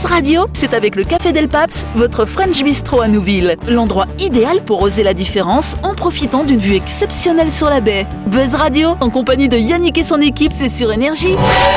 Buzz Radio, c'est avec le Café Del Paps, votre French Bistro à Nouville. L'endroit idéal pour oser la différence en profitant d'une vue exceptionnelle sur la baie. Buzz Radio, en compagnie de Yannick et son équipe, c'est sur Énergie.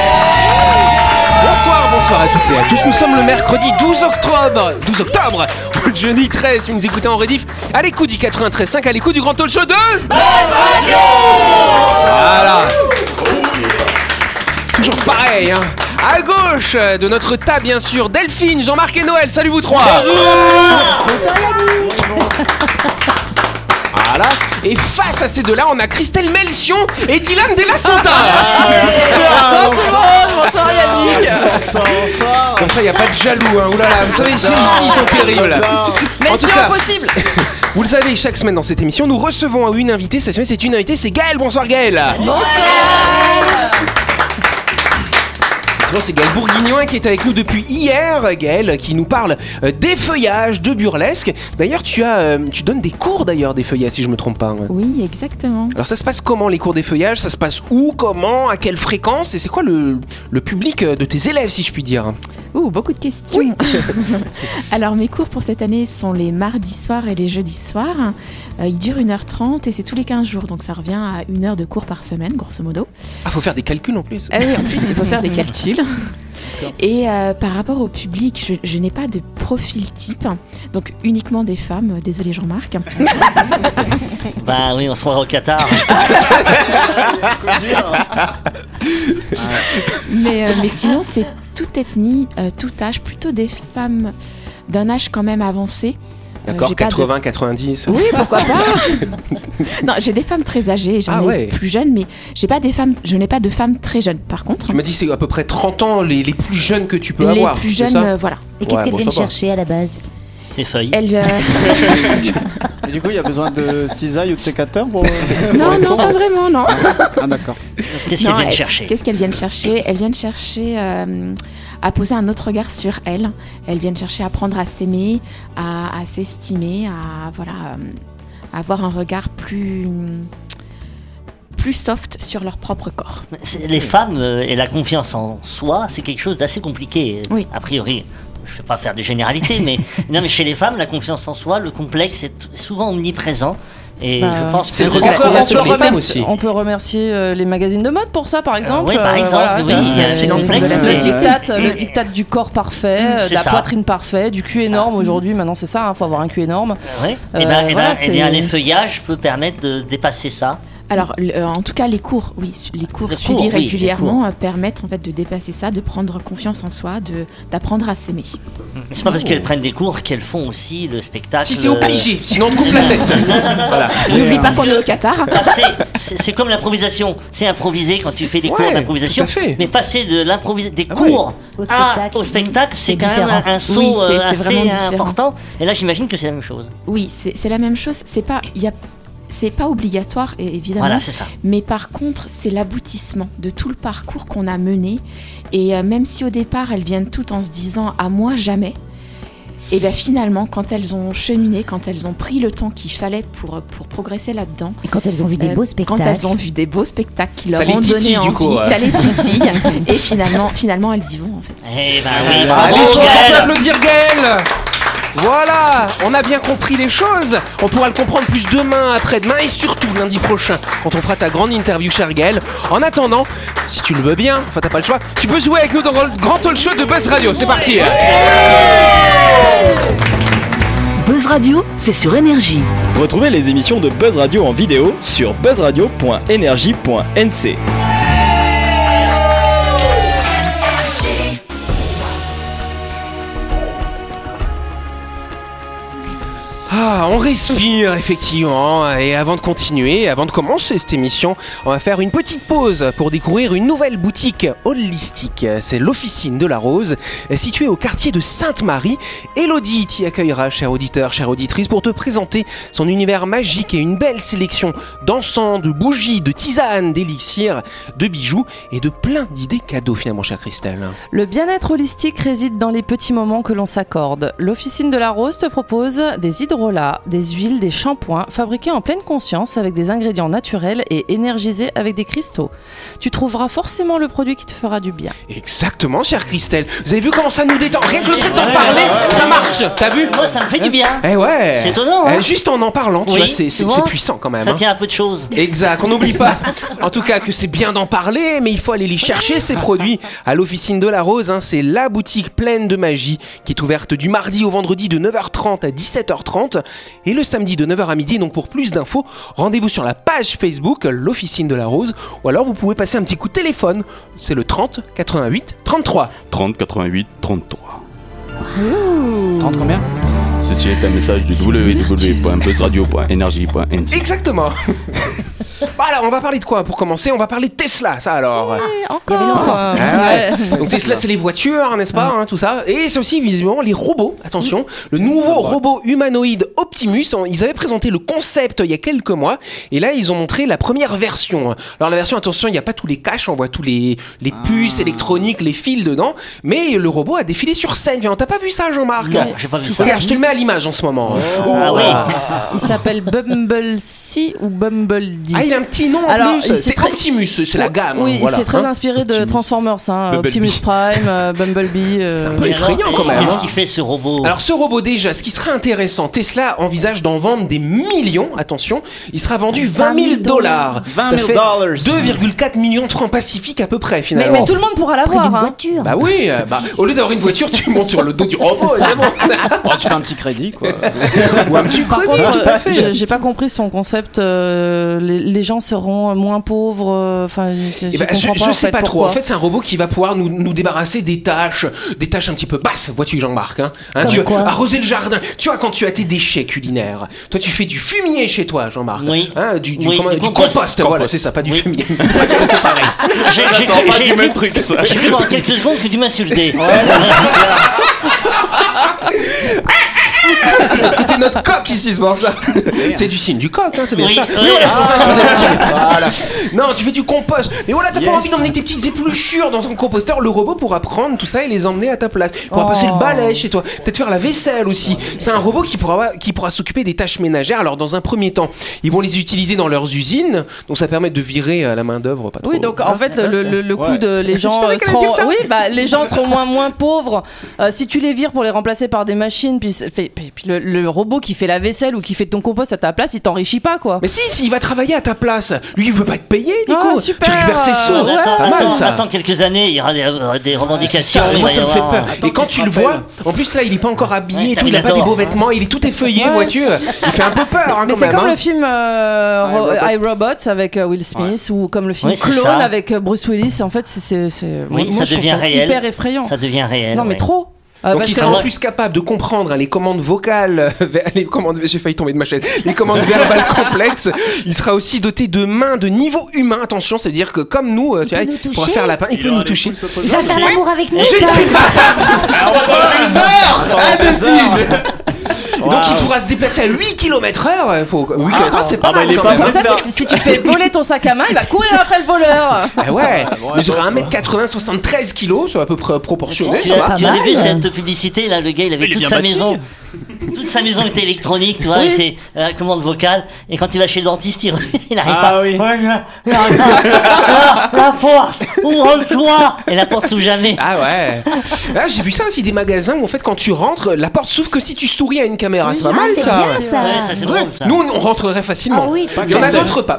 Bonsoir à toutes et à tous. Nous sommes le mercredi 12 octobre, ou le jeudi 13 si vous nous écoutez en rediff, à l'écoute du 93.5, à l'écoute du grand talk show de Buzz Radio. Voilà. Toujours pareil, hein. À gauche de notre table, bien sûr, Delphine, Jean-Marc et Noël. Salut vous trois. Bonsoir Yannick. Voilà. Et face à ces deux-là, on a Christelle Melchion et Dylan Della Santa. Bonsoir Yannick. Bonsoir. Comme ça, il n'y a pas de jaloux, hein. Oulala, vous savez, ici, ils sont terribles. Mais c'est impossible. Vous le savez, chaque semaine dans cette émission, nous recevons une invitée. Cette semaine, c'est une invitée, c'est Gaëlle. Bonsoir Gaëlle. Bonsoir. C'est Gaëlle Bourguignon qui est avec nous depuis hier. Gaëlle qui nous parle d'effeuillage, de burlesque. D'ailleurs, tu donnes des cours d'effeuillage, si je me trompe pas. Oui, exactement. Alors ça se passe comment les cours d'effeuillage ? Ça se passe où, comment, à quelle fréquence ? Et c'est quoi le public de tes élèves, si je puis dire ? Beaucoup de questions. Oui. Alors mes cours pour cette année sont les mardis soirs et les jeudis soirs. Ils durent 1h30 et c'est tous les 15 jours. Donc ça revient à 1 heure de cours par semaine, grosso modo. Ah, faut faire des calculs en plus. Oui, en plus il faut faire des calculs. Et par rapport au public, je n'ai pas de profil type, donc uniquement des femmes. Désolé Jean-Marc. Bah oui, on se croirait au Qatar. Mais sinon, c'est toute ethnie, tout âge, plutôt des femmes d'un âge quand même avancé. D'accord, 80, 90. Oui, pourquoi pas. Non, j'ai des femmes très âgées, j'en ai plus jeunes, mais je n'ai pas de femmes très jeunes. Par contre, tu m'as dit c'est à peu près 30 ans les plus jeunes que tu peux avoir. Les plus jeunes, voilà. Et qu'est-ce qu'elles viennent chercher à la base ? Des feuilles. Et du coup, il y a besoin de cisailles ou de sécateurs pour... Non, pas vraiment, non. Ah, d'accord. Qu'est-ce qu'elles viennent chercher ? Qu'est-ce qu'elles viennent chercher ? Elles viennent chercher à poser un autre regard sur elles. Elles viennent chercher à apprendre à s'aimer, à s'estimer, à avoir un regard plus soft sur leur propre corps. Les femmes et la confiance en soi, c'est quelque chose d'assez compliqué, oui. A priori. Je ne vais pas faire de généralité, mais chez les femmes, la confiance en soi, le complexe est souvent omniprésent. Et je pense que c'est le regard qu'on a sur les femmes aussi. On peut remercier les magazines de mode pour ça, par exemple. Oui, par exemple, le diktat du corps parfait, de la poitrine parfaite, du cul énorme aujourd'hui. Maintenant, c'est ça, faut avoir un cul énorme. Oui. L'effeuillage peut permettre de dépasser ça. Alors, en tout cas, les cours suivis régulièrement permettent en fait de dépasser ça, de prendre confiance en soi, d'apprendre à s'aimer. Mais c'est pas parce qu'elles prennent des cours qu'elles font aussi le spectacle. Si c'est obligé, sinon on te coupe la tête. Voilà. N'oublie pas qu'on est au Qatar. C'est comme l'improvisation. C'est improviser quand tu fais des cours d'improvisation. Mais passer de des cours au spectacle, c'est quand même un saut assez important. Et là, j'imagine que c'est la même chose. Oui, c'est la même chose. C'est pas obligatoire, évidemment. Voilà, c'est ça. Mais par contre, c'est l'aboutissement de tout le parcours qu'on a mené. Et même si au départ, elles viennent toutes en se disant « à moi, jamais », et bien finalement, quand elles ont cheminé, quand elles ont pris le temps qu'il fallait pour progresser là-dedans. Et quand elles ont vu des beaux spectacles. Quand elles ont vu des beaux spectacles qui leur ont donné envie, ça les titille. Et finalement, elles y vont en fait. Eh ben oui, allez, on peut applaudir Gaëlle. Voilà, on a bien compris les choses. On pourra le comprendre plus demain, après-demain et surtout lundi prochain quand on fera ta grande interview, chère Gaëlle. En attendant, si tu le veux bien, enfin t'as pas le choix, tu peux jouer avec nous dans le grand talk show de Buzz Radio. C'est parti. Buzz Radio, c'est sur Énergie. Retrouvez les émissions de Buzz Radio en vidéo sur buzzradio.energie.nc. Ah, on respire effectivement. Et avant de continuer, avant de commencer cette émission, on va faire une petite pause pour découvrir une nouvelle boutique holistique. C'est l'Officine de la Rose, située au quartier de Sainte-Marie. Elodie t'y accueillera, cher auditeur, chère auditrice, pour te présenter son univers magique et une belle sélection d'encens, de bougies, de tisanes, d'élixirs, de bijoux et de plein d'idées cadeaux finalement, chère Christelle. Le bien-être holistique réside dans les petits moments que l'on s'accorde. L'Officine de la Rose te propose des hydrolats chocolat, des huiles, des shampoings fabriqués en pleine conscience avec des ingrédients naturels et énergisés avec des cristaux. Tu trouveras forcément le produit qui te fera du bien. Exactement, chère Christelle. Vous avez vu comment ça nous détend? Rien que le fait d'en parler, ça marche. T'as vu? Moi, ça me fait du bien. Eh ouais. C'est étonnant. Hein, juste en parlant, tu vois, c'est puissant quand même. Ça tient un peu de choses. Exact. On n'oublie pas, en tout cas, que c'est bien d'en parler, mais il faut aller les chercher ces produits à l'Officine de la Rose. C'est la boutique pleine de magie qui est ouverte du mardi au vendredi de 9h30 à 17h30 et le samedi de 9h à midi. Donc pour plus d'infos, rendez-vous sur la page Facebook l'Officine de la Rose ou alors vous pouvez passer un petit coup de téléphone. C'est le 30 88 33. 30 88 33. 30 combien? Ceci est un message du www.buzzradio.energie.nc. Exactement. Voilà, on va parler de quoi pour commencer? On va parler de Tesla, ça alors. Il y avait longtemps. Donc Tesla, c'est les voitures, n'est-ce pas, tout ça. Et c'est aussi visiblement les robots. Attention, le nouveau robot humanoïde Optimus. Ils avaient présenté le concept il y a quelques mois, et là ils ont montré la première version. Alors la version, attention, il n'y a pas tous les caches, on voit tous les puces électroniques, les fils dedans, mais le robot a défilé sur scène. T'as pas vu ça, Jean-Marc? Non, j'ai pas vu ça. Regarde, je te le mets à l'image en ce moment. Oui. Il s'appelle Bumblebee ou Bumblebee. Ah, il a un petit nom en plus. C'est Optimus, c'est la gamme. Oui, voilà. c'est très inspiré de Transformers. Optimus Prime, Bumblebee. C'est un peu effrayant quand même. Qu'est-ce qu'il fait ce robot? Alors ce robot déjà, ce qui serait intéressant, Tesla envisage d'en vendre des millions. Attention, il sera vendu $20 000. 20 000 2,4 millions de francs pacifiques à peu près finalement. Mais tout le monde pourra l'avoir. Une voiture. Bah oui, au lieu d'avoir une voiture, tu montes sur le dos du robot. C'est bon. Tu fais un petit crédit quoi. Ou un petit Par crédit, contre, tout à fait. j'ai pas compris son concept. Les gens seront moins pauvres. Enfin, je sais pas trop. En fait, c'est un robot qui va pouvoir nous débarrasser des tâches un petit peu basses. Vois-tu, Jean-Marc, tu arroser le jardin. Tu vois, quand tu as tes déchets culinaires, toi, tu fais du fumier chez toi, Jean-Marc. Oui. Du compost. Voilà, c'est ça, pas du fumier. J'ai cru pendant quelques secondes que tu m'insultais. Parce que t'es notre coq ici, c'est pour ça. C'est du signe du coq, c'est bien ça. Oui, Mais voilà, c'est pour ça que je faisais le signe. Voilà. Non, tu fais du compost. Mais voilà, t'as pas envie d'emmener tes petites épluchures dans ton composteur. Le robot pourra prendre tout ça et les emmener à ta place. Il pourra passer le balai chez toi. Peut-être faire la vaisselle aussi. C'est un robot qui pourra s'occuper des tâches ménagères. Alors, dans un premier temps, ils vont les utiliser dans leurs usines. Donc, ça permet de virer la main-d'œuvre. Oui, donc en fait, le coût de les gens seront. Oui, les gens seront moins pauvres. Si tu les vires pour les remplacer par des machines, puis le robot qui fait la vaisselle ou qui fait ton compost à ta place, il t'enrichit pas quoi. Mais si, il va travailler à ta place. Lui, il veut pas te payer, Nico. Super. Tu récupères ses sous. Attends quelques années, il y aura des revendications. Moi, ça me fait peur. Et quand tu le vois, en plus là, il est pas encore habillé et tout, il a pas des beaux vêtements, il est tout effeuillé, vois-tu. Il fait un peu peur quand même. Mais c'est comme le film iRobot avec Will Smith ou comme le film Clone avec Bruce Willis. En fait, c'est ça devient réel. Hyper effrayant. Ça devient réel. Non, mais trop. Donc il sera en plus capable de comprendre les commandes vocales, j'ai failli tomber de ma chaise, les commandes verbales complexes. Il sera aussi doté de mains de niveau humain. Attention, ça veut dire que comme nous, tu vois, il pourra faire lapin, il peut nous toucher. Il va faire l'amour avec nous. Je ne fais pas ça. Donc il pourra se déplacer à 8 km/h. 8 km/h, c'est pas mal. Comme ça, si tu fais voler ton sac à main, il va courir après le voleur. Ah ouais. Il sera 1m80, 73 kg, c'est à peu près proportionné. Tu as vu cette publicité là, le gars, il avait toute sa maison. Toute sa maison était électronique, tu vois, et c'est la commande vocale. Et quand il va chez le dentiste, il arrive pas. Oui. La porte, ouvre-toi. Et la porte s'ouvre jamais. Ah ouais. Là, j'ai vu ça aussi, des magasins où en fait, quand tu rentres, la porte s'ouvre que si tu souris à une caméra. C'est pas mal ça. Bien, ça. Ouais, ça c'est drôle ça. Nous, on rentrerait facilement. Ah oui. Il y en a d'autres pas.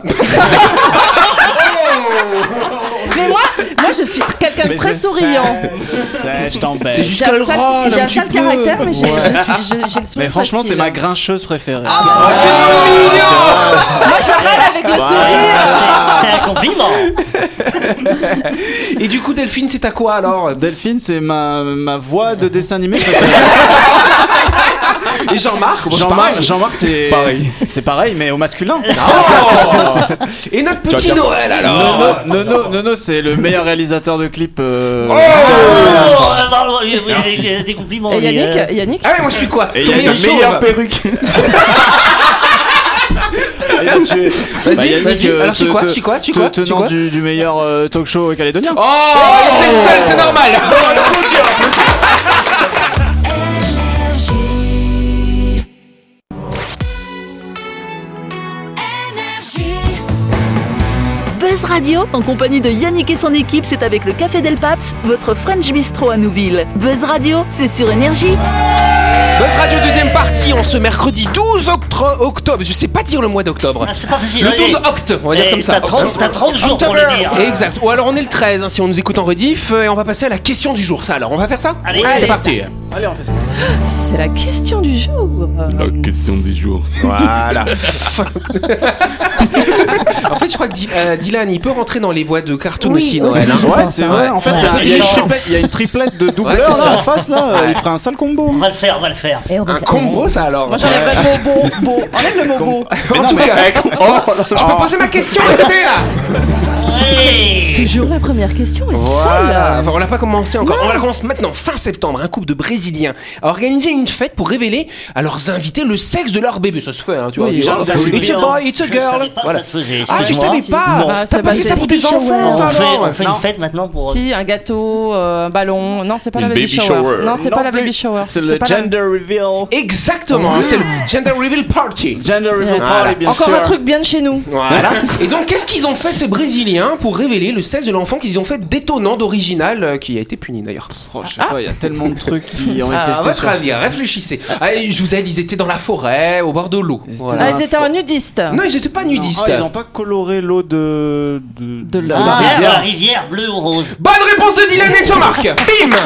Mais moi, je suis quelqu'un de très souriant. Je t'embête. C'est juste le rôle. J'ai un sale caractère, mais j'ai le sourire. Mais franchement, t'es ma grincheuse préférée. C'est mignon. Moi, je râle avec le sourire. C'est un compliment. Et du coup, Delphine, c'est à quoi alors? Delphine, c'est ma voix de dessin animé. Et Jean-Marc, c'est pareil. C'est pareil, mais au masculin. Et notre petit Noël alors? Nono, c'est le meilleur réalisateur de clips. Des compliments. Et Yannick. Ah ouais, moi je suis quoi? Et il y a une meilleure perruque. Vas-y. Alors je suis quoi? Tenant du meilleur talk show calédonien. Oh, c'est le seul, c'est normal. Radio, en compagnie de Yannick et son équipe, c'est avec le Café Del Paps, votre French Bistro à Nouville. Buzz Radio, c'est sur Énergie. Buzz Radio deuxième partie en ce mercredi 12 octobre. Je sais pas dire le mois d'octobre. Ah, c'est pas facile. Le 12 octobre, on va dire comme ça. T'as 30 jours pour le dire. Exact. Ou alors on est le 13 si on nous écoute en rediff et on va passer à la question du jour. Ça alors, on va faire ça ? Allez, c'est parti. Allez, on fait ça. C'est la question du jour. La question du jour. Voilà. En fait, je crois que Dylan, il peut rentrer dans les voies de cartoon aussi, Noël. Ouais, c'est vrai. En fait, il y a une triplette de doubleurs là en face là. Il ferait un sale combo. On va le faire. Un combo, ça alors. Moi j'enlève le mot beau. Enlève le mot beau. En tout cas, je peux poser ma question, écoutez là. Toujours la première question. Voilà. Enfin, on l'a pas commencé encore. On la commence maintenant. Fin septembre, un couple de Brésiliens a organisé une fête pour révéler à leurs invités le sexe de leur bébé. Ça se fait, hein, tu vois. It's a boy, it's a girl. Voilà. Ça se faisait. Ah, tu savais pas. T'as pas fait ça pour tes enfants, ça alors. On fait une fête maintenant pour. Si, un gâteau, un ballon. Non, c'est pas la baby shower. Non, c'est pas la baby shower. C'est le gender reveal. Exactement. C'est le gender reveal party. Gender reveal party, bien sûr. Encore un truc bien de chez nous. Voilà. Et donc, qu'est-ce qu'ils ont fait ces Brésiliens pour révéler le sexe de l'enfant qu'ils ont fait d'étonnant, d'original, qui a été puni d'ailleurs. Je sais pas, il y a tellement de trucs qui ont été faits. À votre avis, réfléchissez. Allez, je vous ai dit, ils étaient dans la forêt, au bord de l'eau. Ah, ils étaient en nudistes. Non, ils étaient pas nudistes. Ils ont pas coloré l'eau de la rivière bleue ou rose. Bonne réponse de Dylan et Jean-Marc. Bim.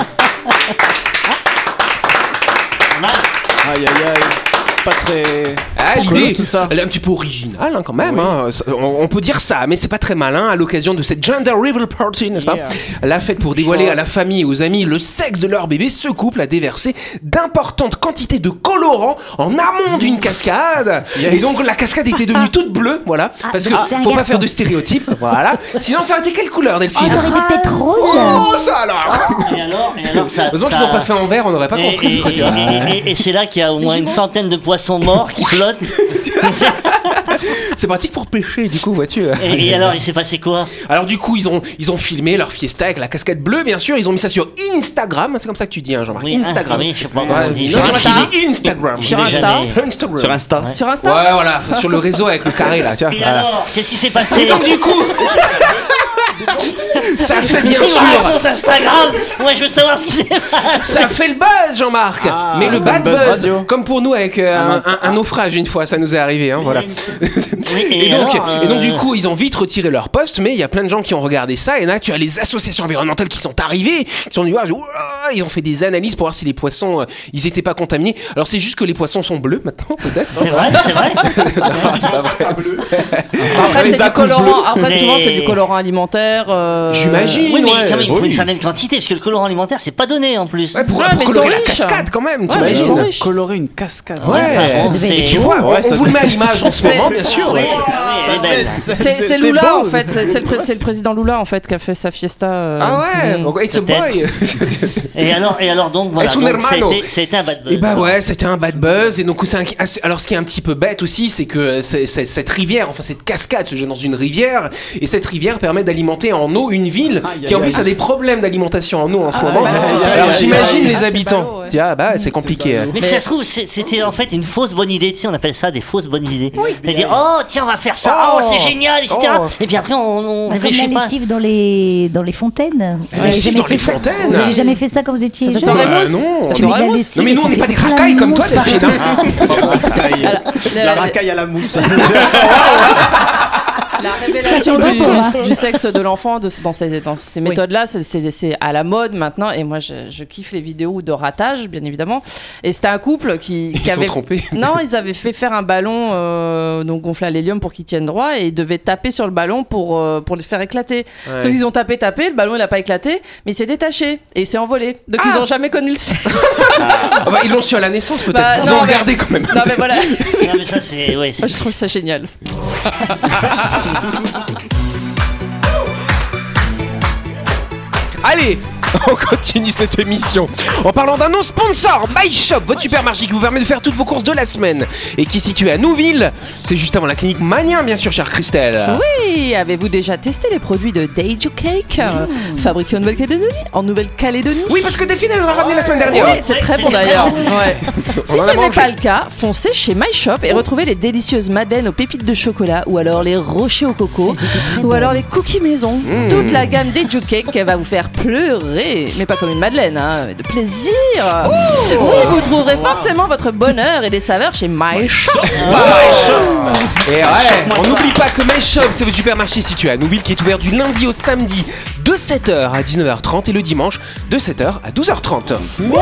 Aïe aïe aïe. Pas très. L'idée, tout ça. elle est un petit peu originale quand même. Oui. Hein. On peut dire ça, mais c'est pas très malin. À l'occasion de cette gender reveal party, n'est-ce pas ? La fête pour dévoiler à la famille et aux amis le sexe de leur bébé, ce couple a déversé d'importantes quantités de colorants en amont d'une cascade. Et donc la cascade était devenue toute bleue, voilà, parce que faut pas faire de stéréotypes, voilà. Sinon ça aurait été quelle couleur, Delphine ? Ça aurait été peut-être rose. Oh ça alors. Et alors ça. Heureusement qu'ils ont pas fait en vert, on n'aurait pas compris. Et c'est là qu'il y a au moins une centaine de poissons morts qui flottent. C'est pratique pour pêcher, du coup, vois-tu. Et alors, il s'est passé quoi ? Alors, du coup, ils ont filmé leur fiesta avec la cascade bleue, bien sûr. Ils ont mis ça sur Instagram. C'est comme ça que tu dis, hein, Jean-Marc. Oui, Instagram. Oui, je sais pas Jean-Marc, il dit Instagram. Sur Insta. Sur Insta. Sur Insta. Ouais, voilà. Sur le réseau avec le carré, là, tu vois. Et alors, qu'est-ce qui s'est passé ? Et donc, du coup. Ça fait bien sûr. Instagram. Moi, je veux savoir ce qui s'est passé. Ça fait le buzz, Jean-Marc. Mais le bad buzz, comme pour nous avec un naufrage une fois, ça nous est arrivé, hein, voilà. Et donc du coup, ils ont vite retiré leur poste, mais il y a plein de gens qui ont regardé ça. Et là, tu as les associations environnementales qui sont arrivées, qui sont dit, ils ont fait des analyses pour voir si les poissons, ils étaient pas contaminés. Alors c'est juste que les poissons sont bleus maintenant, peut-être. C'est vrai. Non, c'est pas vrai. Après, c'est du colorant. Après, souvent, c'est du colorant alimentaire. J'imagine. Oui, mais quand même, il faut une certaine quantité, parce que le colorant alimentaire, c'est pas donné en plus. Ouais, pour colorer la cascade quand même, t'imagines. Colorer une cascade. Ouais, tu vois, on vous le met à l'image en ce moment, bien sûr. C'est Lula en fait, c'est le président Lula en fait qui a fait sa fiesta. Ah ouais, it's a boy. Et alors donc voilà, c'était un bad buzz. Et bah ouais, c'était un bad buzz. Et donc alors ce qui est un petit peu bête aussi, c'est que cette rivière, enfin cette cascade se jette dans une rivière, et cette rivière permet d'alimenter en eau une ville qui en plus a des problèmes d'alimentation en eau en ce moment. Alors j'imagine les habitants. C'est compliqué. Mais si ça se trouve, c'était en fait une fausse bonne idée. Tu sais, on appelle ça des fausses bonnes idées. C'est-à-dire, oh tiens, on va faire ça, c'est génial, etc. Et puis après, on réfléchit pas. Comme la lessive dans les fontaines. Vous avez jamais fait ça quand vous étiez jeune ? Non, mais nous on n'est pas des racailles comme toi, Delphine. La racaille à la mousse. La révélation du sexe de l'enfant dans ces méthodes-là, c'est à la mode maintenant. Et moi, je kiffe les vidéos de ratage, bien évidemment. Et c'était un couple qui avait... sont trompés. Non, ils avaient fait faire un ballon donc gonflé à l'hélium pour qu'il tienne droit, et ils devaient taper sur le ballon pour le faire éclater. Ouais. Sauf qu'ils ont tapé, le ballon il n'a pas éclaté, mais il s'est détaché et il s'est envolé. Donc ils n'ont jamais connu le sexe. Ils l'ont su à la naissance peut-être. Ils ont regardé quand même. Non mais voilà. Non mais ça c'est... Ouais, je trouve ça génial. Allez, On continue cette émission en parlant d'un non sponsor, MyShop, votre supermarché qui vous permet de faire toutes vos courses de la semaine et qui est situé à Nouville. C'est juste avant la clinique Mania, bien sûr, chère Christelle. Oui, avez-vous déjà testé les produits de Deju Cake, fabriqués en Nouvelle-Calédonie? Oui, parce que Delphine, elle nous a ramené la semaine dernière. Oui, c'est très bon d'ailleurs. Ouais. Si ce n'est pas le cas, foncez chez MyShop et retrouvez les délicieuses madeleines aux pépites de chocolat ou alors les rochers au coco ou alors les cookies maison. Toute la gamme Deju Cake va vous faire pleurer, mais pas comme une madeleine, hein, de plaisir. Oui, vous trouverez forcément votre bonheur et des saveurs chez MyShop. Et ouais, on n'oublie pas que MyShop, c'est votre supermarché situé à Nouville qui est ouvert du lundi au samedi de 7h à 19h30 et le dimanche de 7h à 12h30.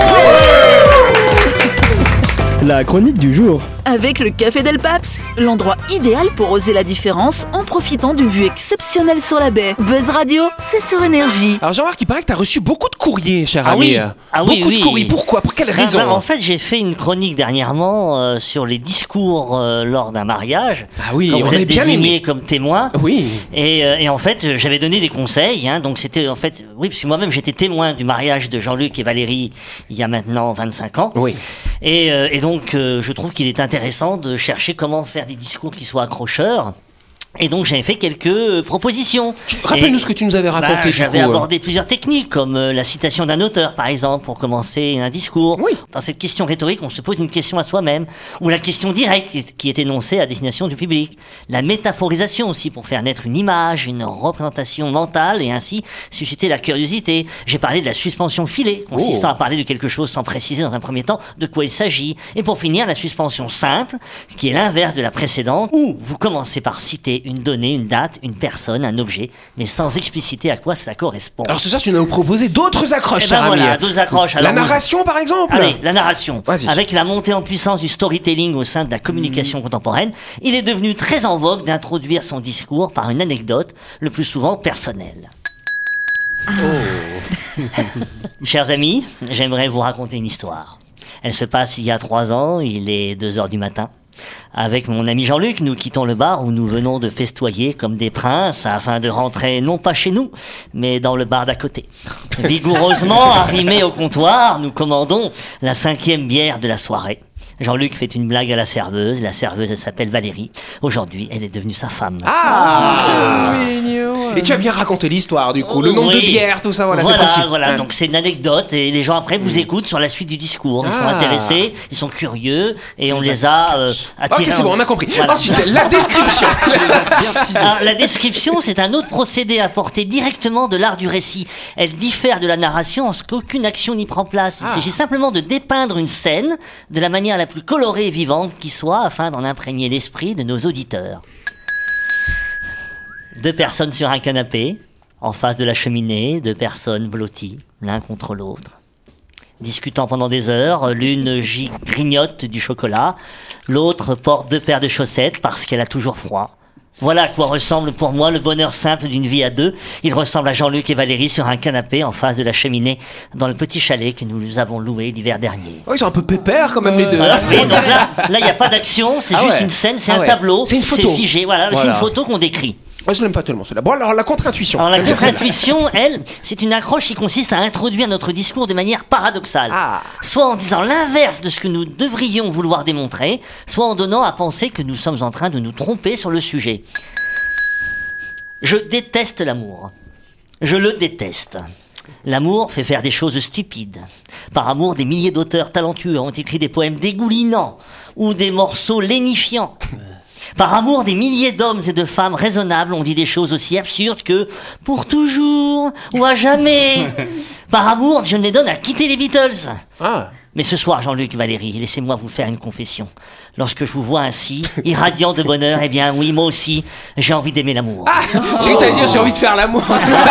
La chronique du jour. Avec le Café Del Paps, l'endroit idéal pour oser la différence en profitant d'une vue exceptionnelle sur la baie. Buzz Radio, c'est sur Énergie. Alors Jean-Marc, il paraît que tu as reçu beaucoup de courriers, cher ami. Beaucoup de courriers. Pourquoi? Pour quelle raison? En fait, j'ai fait une chronique dernièrement sur les discours lors d'un mariage. Ah oui, quand on vous êtes bien désigné aimé comme témoin. Oui. Et en fait, j'avais donné des conseils. Donc c'était en fait, oui, parce que moi-même j'étais témoin du mariage de Jean-Luc et Valérie il y a maintenant 25 ans. Oui. Et donc, je trouve qu'il est intéressant de chercher comment faire des discours qui soient accrocheurs. Et donc j'avais fait quelques propositions. Rappelle-nous ce que tu nous avais raconté. J'avais abordé plusieurs techniques, comme la citation d'un auteur, par exemple, pour commencer un discours. Oui. Dans cette question rhétorique, on se pose une question à soi-même, ou la question directe qui est énoncée à destination du public. La métaphorisation aussi, pour faire naître une image, une représentation mentale, et ainsi susciter la curiosité. J'ai parlé de la suspension filée, consistant à parler de quelque chose sans préciser dans un premier temps de quoi il s'agit. Et pour finir, la suspension simple, qui est l'inverse de la précédente, où vous commencez par citer une donnée, une date, une personne, un objet, mais sans expliciter à quoi cela correspond. Alors ce soir, tu nous as proposé d'autres accroches, cher ami. Voilà, d'autres accroches. La narration, par exemple. Allez, la narration. Vas-y. Avec la montée en puissance du storytelling au sein de la communication contemporaine, il est devenu très en vogue d'introduire son discours par une anecdote, le plus souvent personnelle. Chers amis, j'aimerais vous raconter une histoire. Elle se passe il y a 3 ans, il est 2h du matin. Avec mon ami Jean-Luc, nous quittons le bar où nous venons de festoyer comme des princes afin de rentrer non pas chez nous, mais dans le bar d'à côté. Vigoureusement arrimés au comptoir, nous commandons la 5e bière de la soirée. Jean-Luc fait une blague à la serveuse. La serveuse, elle s'appelle Valérie. Aujourd'hui, elle est devenue sa femme. C'est mignon. Et tu as bien raconté l'histoire, du coup. Le nombre de bières, tout ça, voilà, c'est possible. Voilà. Donc c'est une anecdote et les gens après vous écoutent sur la suite du discours. Ils sont intéressés, ils sont curieux et on les a attirés. Ok, c'est bon, on a compris. Voilà. Ensuite, la description. Alors, la description, c'est un autre procédé apporté directement de l'art du récit. Elle diffère de la narration en ce qu'aucune action n'y prend place. Il s'agit simplement de dépeindre une scène de la manière la plus colorée et vivante qui soit, afin d'en imprégner l'esprit de nos auditeurs. 2 personnes sur un canapé, en face de la cheminée, 2 personnes blotties, l'un contre l'autre. Discutant pendant des heures, l'une grignote du chocolat, l'autre porte 2 paires de chaussettes parce qu'elle a toujours froid. Voilà à quoi ressemble pour moi le bonheur simple d'une vie à 2. Il ressemble à Jean-Luc et Valérie sur un canapé en face de la cheminée dans le petit chalet que nous avons loué l'hiver dernier. Oh, ils sont un peu pépères quand même les deux. Voilà. Oui, donc là, il n'y a pas d'action, c'est juste une scène, c'est un tableau, c'est une photo. C'est figé, voilà. C'est une photo qu'on décrit. Moi, je l'aime pas tellement cela. Bon, alors la contre-intuition. Alors la contre-intuition, elle, c'est une accroche qui consiste à introduire notre discours de manière paradoxale. Soit en disant l'inverse de ce que nous devrions vouloir démontrer, soit en donnant à penser que nous sommes en train de nous tromper sur le sujet. Je déteste l'amour. Je le déteste. L'amour fait faire des choses stupides. Par amour, des milliers d'auteurs talentueux ont écrit des poèmes dégoulinants ou des morceaux lénifiants. Par amour, des milliers d'hommes et de femmes raisonnables ont dit des choses aussi absurdes que « pour toujours » ou « à jamais ». Par amour, John Lennon a quitté les Beatles. Mais ce soir, Jean-Luc, Valérie, laissez-moi vous faire une confession. Lorsque je vous vois ainsi, irradiant de bonheur, eh bien oui, moi aussi, j'ai envie d'aimer l'amour. J'ai envie de dire, j'ai envie de faire l'amour.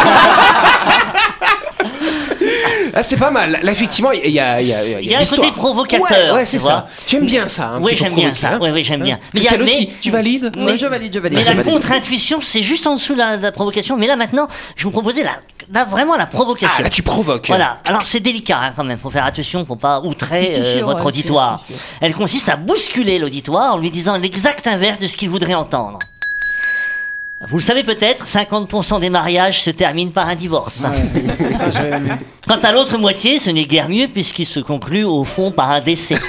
C'est pas mal. Là, effectivement, il y a un côté provocateur. Ouais, c'est ça. Tu aimes bien ça. Oui, j'aime bien ça. Oui, j'aime bien. Mais Christelle aussi, tu valides? Oui, je valide. Mais la contre-intuition, c'est juste en dessous de la provocation. Mais là, maintenant, je vous proposais vraiment la provocation. Là, tu provoques. Voilà. Alors, c'est délicat quand même. Faut faire attention pour pas outrer votre auditoire. Elle consiste à bousculer l'auditoire en lui disant l'exact inverse de ce qu'il voudrait entendre. Vous le savez peut-être, 50% des mariages se terminent par un divorce. Ouais, ça, j'ai aimé. Quant à l'autre moitié, ce n'est guère mieux puisqu'il se conclut au fond par un décès.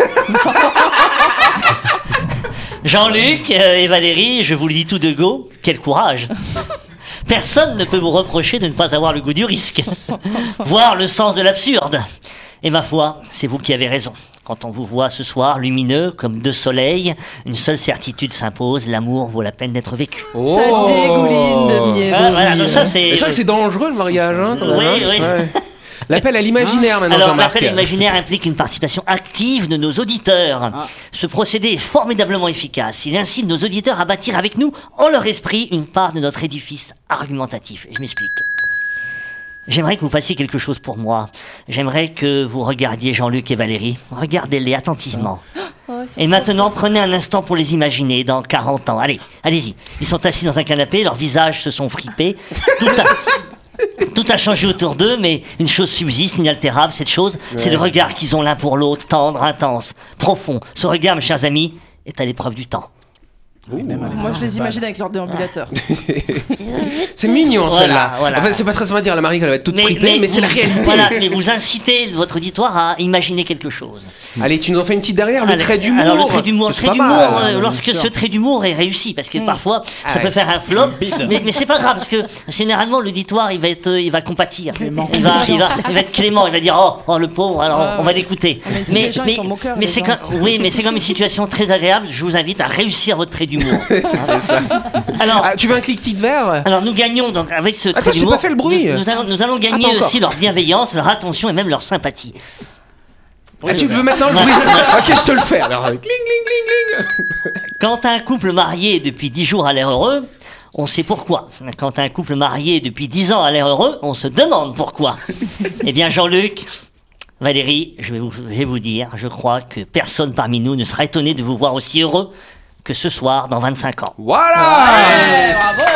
Jean-Luc et Valérie, je vous le dis tout de go, quel courage. Personne ne peut vous reprocher de ne pas avoir le goût du risque, voire le sens de l'absurde. Et ma foi, c'est vous qui avez raison. Quand on vous voit ce soir lumineux comme deux soleils, une seule certitude s'impose, l'amour vaut la peine d'être vécu. Oh, ça dégouline de miel. Voilà, donc ça c'est... C'est vrai que c'est dangereux le mariage, hein, quand même, oui, hein. oui. Ouais. L'appel à l'imaginaire maintenant, Alors, Jean-Marc. l'appel à l'imaginaire implique une participation active de nos auditeurs. Ce procédé est formidablement efficace. Il incite nos auditeurs à bâtir avec nous, en leur esprit, une part de notre édifice argumentatif. Je m'explique. J'aimerais que vous fassiez quelque chose pour moi. J'aimerais que vous regardiez Jean-Luc et Valérie. Regardez-les attentivement. Et maintenant, prenez un instant pour les imaginer dans 40 ans. Allez, allez-y. Ils sont assis dans un canapé, leurs visages se sont fripés. Tout a changé autour d'eux, mais une chose subsiste, inaltérable. Cette chose, c'est le regard qu'ils ont l'un pour l'autre, tendre, intense, profond. Ce regard, mes chers amis, est à l'épreuve du temps. Moi, je les imagine avec leur déambulateur. C'est mignon, celle-là. Voilà. Enfin, c'est pas très simple à dire, la Marie, elle va être toute fripée, mais c'est la réalité. Voilà, mais vous incitez votre auditoire à imaginer quelque chose. Allez, tu nous en fais une petite derrière, le trait d'humour. Alors, le trait d'humour, lorsque sûr. ce trait d'humour est réussi, parce que parfois, ça peut faire un flop, mais c'est pas grave, parce que généralement, l'auditoire, il va compatir. Il va être clément, il va dire, oh le pauvre, alors on va l'écouter. Mais c'est comme une situation très agréable, je vous invite à réussir votre trait d'humour. C'est ça. Alors, tu veux un cliquetis de verre? Alors nous gagnons donc avec ce trait Attends, je t'ai d'humour. pas fait le bruit. Nous allons gagner aussi leur bienveillance, leur attention et même leur sympathie. Tu veux maintenant le bruit? Ok, je te le fais. Alors, cling, cling, cling, cling. Quand un couple marié depuis 10 jours a l'air heureux, on sait pourquoi. Quand un couple marié depuis 10 ans a l'air heureux, on se demande pourquoi. Eh bien, Jean-Luc, Valérie, je vais vous dire, je crois que personne parmi nous ne sera étonné de vous voir aussi heureux que ce soir dans 25 ans. Voilà! Ouais, bravo!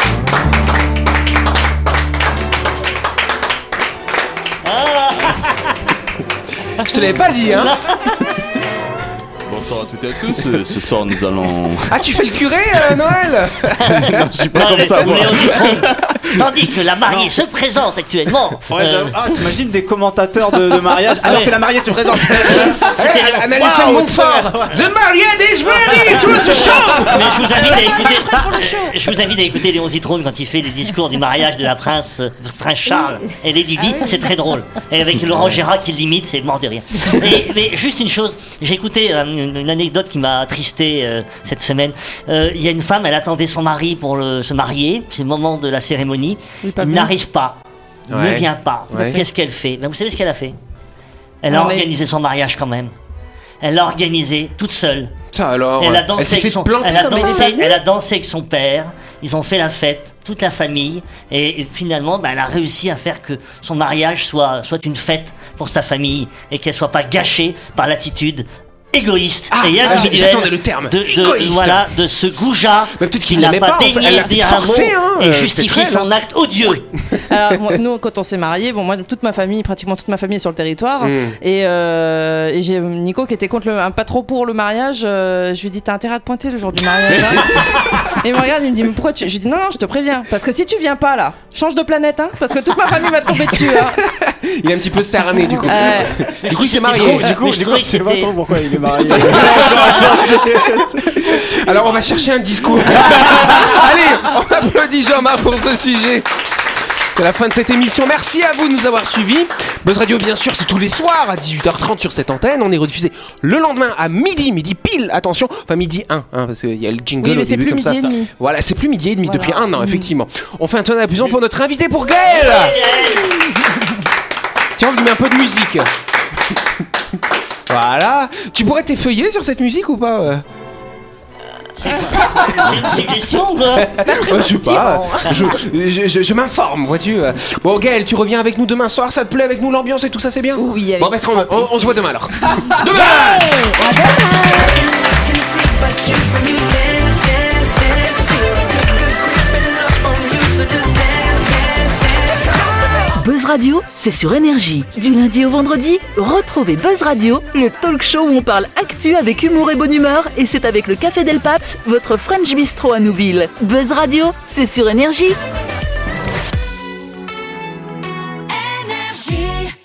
Je te l'avais pas dit, hein? Bonsoir à toutes et à tous. Ce soir, nous allons. Ah, tu fais le curé, Noël? Non, je suis pas comme ça, moi. Tandis que la mariée se présente actuellement. Ouais, t'imagines des commentateurs de mariage alors que la mariée se présente. Annalise Montfort. The married is ready to the show. Mais je vous invite à écouter Léon Zitrone quand il fait les discours du mariage de la prince Charles et Lady Di. C'est très drôle. Et avec Laurent Gérard qui l'imite, c'est mort de rire. Mais juste une chose, j'ai écouté une anecdote qui m'a attristé cette semaine. Il y a une femme, elle attendait son mari pour se marier. C'est le moment de la cérémonie. Il n'arrive pas. Ne vient pas. Qu'est-ce qu'elle fait? Vous savez ce qu'elle a fait? Elle a organisé son mariage quand même. Elle l'a organisé toute seule. Ça alors, elle a dansé avec son père. Ils ont fait la fête, toute la famille. Et finalement, elle a réussi à faire que son mariage soit une fête pour sa famille et qu'elle soit pas gâchée par l'attitude égoïste et individuel j'attendais le terme de ce goujat qui n'a pas daigné dire un mot et justifier son acte odieux. Alors nous quand on s'est mariés, moi pratiquement toute ma famille est sur le territoire et j'ai Nico qui était contre pas trop pour le mariage. Je lui ai dit t'as intérêt à te pointer le jour du mariage. Et il me regarde, il me dit mais pourquoi je lui dis non je te préviens parce que si tu viens pas là, change de planète parce que toute ma famille va te tomber dessus. Il est un petit peu cerné du coup. Du coup il s'est marié. Du coup je sais pas trop pourquoi il est marié. Alors on va chercher un discours. Allez, on applaudit Jean-Marc pour ce sujet. C'est la fin de cette émission. Merci à vous de nous avoir suivis. Buzz Radio, bien sûr, c'est tous les soirs à 18h30 sur cette antenne. On est rediffusé le lendemain à midi pile. Attention, enfin midi 1, parce qu'il y a le jingle au début comme ça. Voilà, c'est plus midi et demi depuis un an, effectivement. On fait un tonnerre d'applaudissements pour notre invité, pour Gaël. Tiens, on lui met un peu de musique. Voilà. Tu pourrais t'effeuiller sur cette musique ou pas? C'est une suggestion, quoi. Je sais pas. Je m'informe, vois-tu. Bon, Gaël, tu reviens avec nous demain soir. Ça te plaît avec nous l'ambiance et tout ça, c'est bien? Oui. Bon, on se voit demain alors. Demain. Buzz Radio, c'est sur Énergie. Du lundi au vendredi, retrouvez Buzz Radio, le talk show où on parle actu avec humour et bonne humeur, et c'est avec le Café Del Paps, votre French Bistro à Nouville. Buzz Radio, c'est sur Énergie.